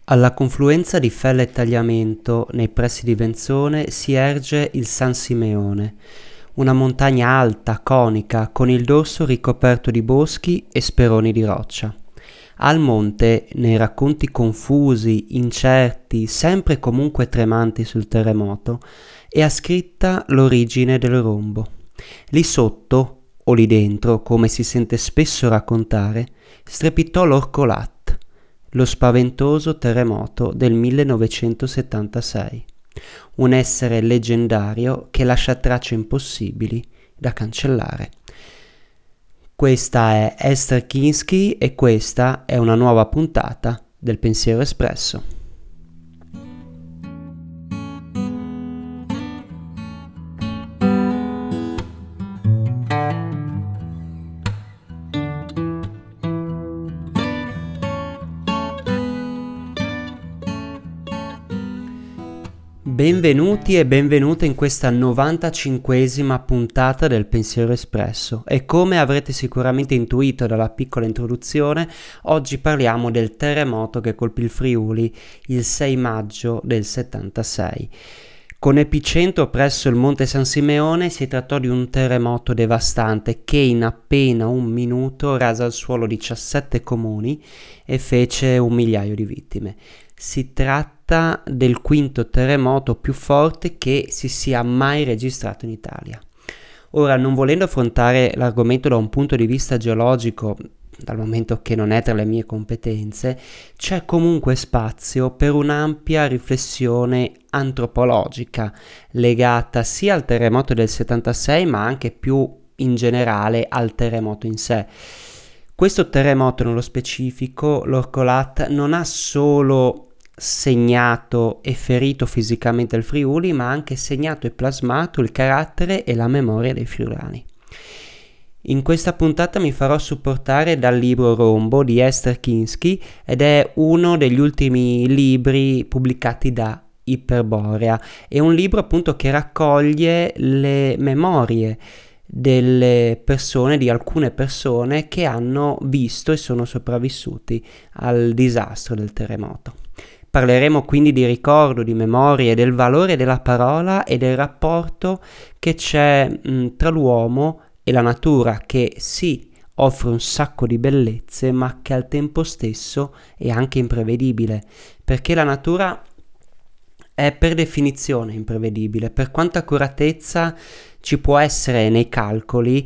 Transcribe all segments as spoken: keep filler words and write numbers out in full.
Alla confluenza di Fella e Tagliamento, nei pressi di Venzone, si erge il San Simeone, una montagna alta, conica, con il dorso ricoperto di boschi e speroni di roccia. Al monte, nei racconti confusi, incerti, sempre e comunque tremanti sul terremoto, è ascritta l'origine del rombo. Lì sotto, o lì dentro, come si sente spesso raccontare, strepitò l'Orcolat, lo spaventoso terremoto del millenovecentosettantasei, un essere leggendario che lascia tracce impossibili da cancellare. Questa è Esther Kinsky e questa è una nuova puntata del Pensiero Espresso. Benvenuti e benvenute in questa novantacinquesima puntata del Pensiero Espresso e come avrete sicuramente intuito dalla piccola introduzione, oggi parliamo del terremoto che colpì il Friuli il sei maggio del settantasei. Con epicentro presso il Monte San Simeone si trattò di un terremoto devastante che in appena un minuto rase al suolo diciassette comuni e fece un migliaio di vittime. Si tratta del quinto terremoto più forte che si sia mai registrato in Italia. Ora, non volendo affrontare l'argomento da un punto di vista geologico, dal momento che non è tra le mie competenze, c'è comunque spazio per un'ampia riflessione antropologica legata sia al terremoto del settantasei ma anche più in generale al terremoto in sé. Questo terremoto nello specifico, l'Orcolat, non ha solo segnato e ferito fisicamente il Friuli, ma ha anche segnato e plasmato il carattere e la memoria dei friulani. In questa puntata mi farò supportare dal libro Rombo di Esther Kinsky ed è uno degli ultimi libri pubblicati da Iperborea. È un libro appunto che raccoglie le memorie delle persone, di alcune persone che hanno visto e sono sopravvissuti al disastro del terremoto. Parleremo quindi di ricordo, di memoria, del valore della parola e del rapporto che c'è mh, tra l'uomo e la natura, che sì, offre un sacco di bellezze, ma che al tempo stesso è anche imprevedibile, perché la natura è per definizione imprevedibile. Per quanta accuratezza ci può essere nei calcoli,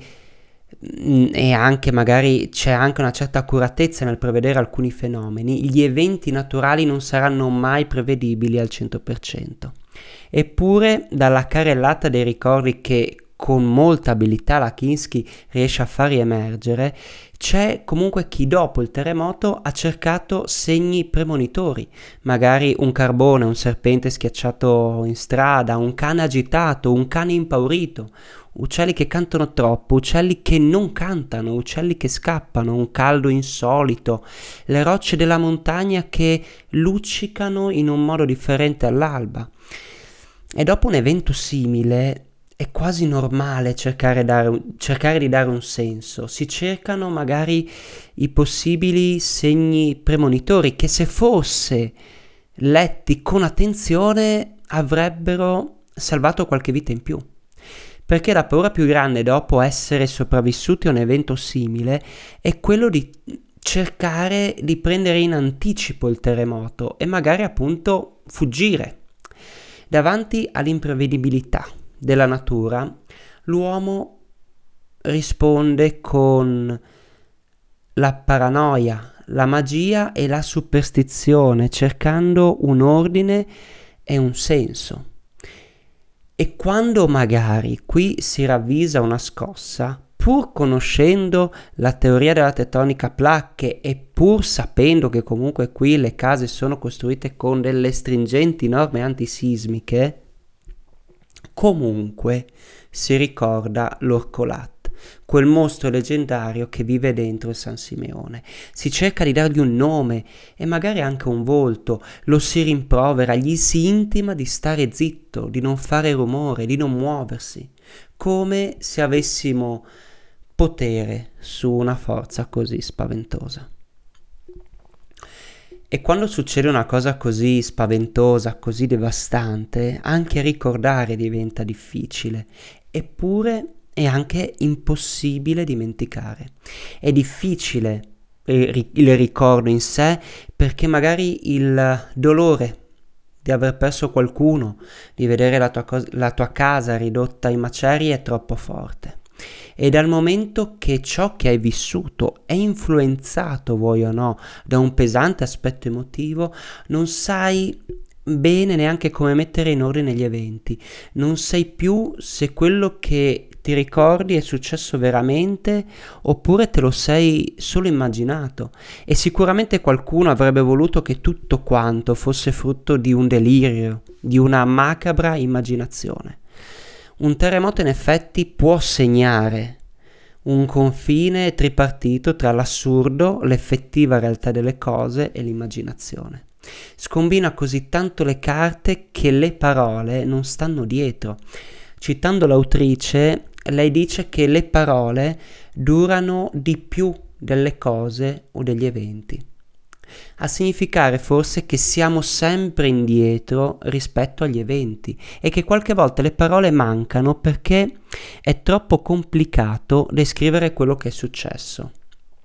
e anche magari c'è anche una certa accuratezza nel prevedere alcuni fenomeni, gli eventi naturali non saranno mai prevedibili al cento per cento. Eppure, dalla carrellata dei ricordi che con molta abilità la Kinsky riesce a far riemergere, c'è comunque chi dopo il terremoto ha cercato segni premonitori, magari un carbone, un serpente schiacciato in strada, un cane agitato, un cane impaurito, uccelli che cantano troppo, uccelli che non cantano, uccelli che scappano, un caldo insolito, le rocce della montagna che luccicano in un modo differente all'alba. E dopo un evento simile è quasi normale cercare, dare, cercare di dare un senso. Si cercano magari i possibili segni premonitori che, se fosse letti con attenzione, avrebbero salvato qualche vita in più. Perché la paura più grande dopo essere sopravvissuti a un evento simile è quello di cercare di prendere in anticipo il terremoto e magari appunto fuggire. Davanti all'imprevedibilità della natura, l'uomo risponde con la paranoia, la magia e la superstizione, cercando un ordine e un senso. E quando magari qui si ravvisa una scossa, pur conoscendo la teoria della tettonica a placche e pur sapendo che comunque qui le case sono costruite con delle stringenti norme antisismiche, comunque si ricorda l'Orcolat, quel mostro leggendario che vive dentro il San Simeone. Si cerca di dargli un nome e magari anche un volto, lo si rimprovera, gli si intima di stare zitto, di non fare rumore, di non muoversi, come se avessimo potere su una forza così spaventosa. E quando succede una cosa così spaventosa, così devastante, anche ricordare diventa difficile, eppure è anche impossibile dimenticare. È difficile eh, il ricordo in sé perché magari il dolore di aver perso qualcuno, di vedere la tua, cos- la tua casa ridotta in macerie è troppo forte. E dal momento che ciò che hai vissuto è influenzato, vuoi o no, da un pesante aspetto emotivo, non sai bene neanche come mettere in ordine gli eventi, non sai più se quello che ti ricordi è successo veramente oppure te lo sei solo immaginato, e sicuramente qualcuno avrebbe voluto che tutto quanto fosse frutto di un delirio, di una macabra immaginazione. Un terremoto in effetti può segnare un confine tripartito tra l'assurdo, l'effettiva realtà delle cose e l'immaginazione. Scombina così tanto le carte che le parole non stanno dietro. Citando l'autrice, lei dice che le parole durano di più delle cose o degli eventi, a significare forse che siamo sempre indietro rispetto agli eventi e che qualche volta le parole mancano perché è troppo complicato descrivere quello che è successo.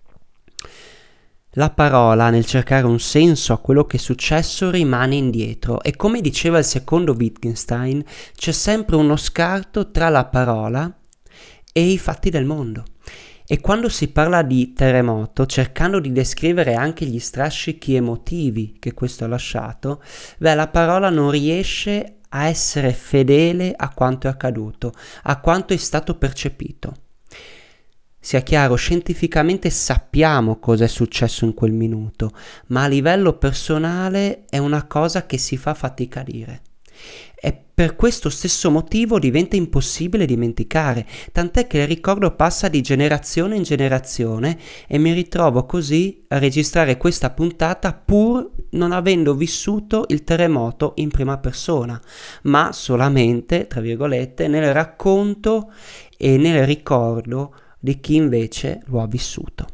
La parola, nel cercare un senso a quello che è successo, rimane indietro e, come diceva il secondo Wittgenstein, c'è sempre uno scarto tra la parola e i fatti del mondo. E quando si parla di terremoto, cercando di descrivere anche gli strascichi emotivi che questo ha lasciato, beh, la parola non riesce a essere fedele a quanto è accaduto, a quanto è stato percepito. Sia chiaro, scientificamente sappiamo cosa è successo in quel minuto, ma a livello personale è una cosa che si fa fatica a dire. E per questo stesso motivo diventa impossibile dimenticare, tant'è che il ricordo passa di generazione in generazione e mi ritrovo così a registrare questa puntata pur non avendo vissuto il terremoto in prima persona, ma solamente, tra virgolette, nel racconto e nel ricordo di chi invece lo ha vissuto.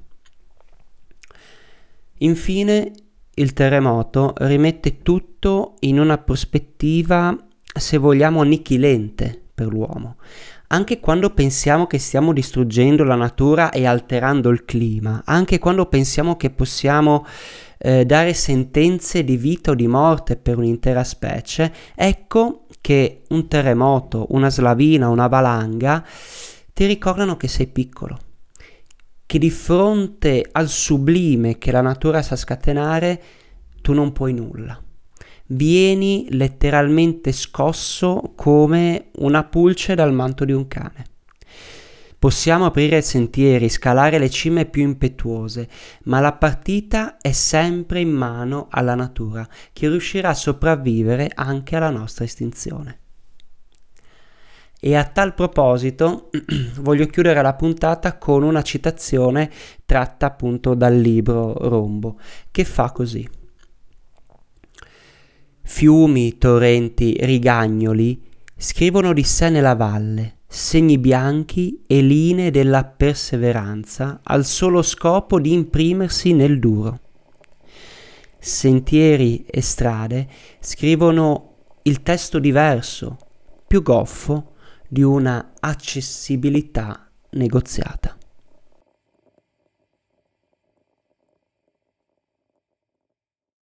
Infine, il terremoto rimette tutto in una prospettiva, se vogliamo, annichilente per l'uomo. Anche quando pensiamo che stiamo distruggendo la natura e alterando il clima, anche quando pensiamo che possiamo eh, dare sentenze di vita o di morte per un'intera specie, ecco che un terremoto, una slavina, una valanga ti ricordano che sei piccolo, che di fronte al sublime che la natura sa scatenare tu non puoi nulla. Vieni letteralmente scosso come una pulce dal manto di un cane. Possiamo aprire sentieri, scalare le cime più impetuose, ma la partita è sempre in mano alla natura, che riuscirà a sopravvivere anche alla nostra estinzione. E a tal proposito voglio chiudere la puntata con una citazione tratta appunto dal libro Rombo, che fa così: fiumi, torrenti, rigagnoli scrivono di sé nella valle segni bianchi e linee della perseveranza al solo scopo di imprimersi nel duro. Sentieri e strade scrivono il testo diverso, più goffo, di una accessibilità negoziata.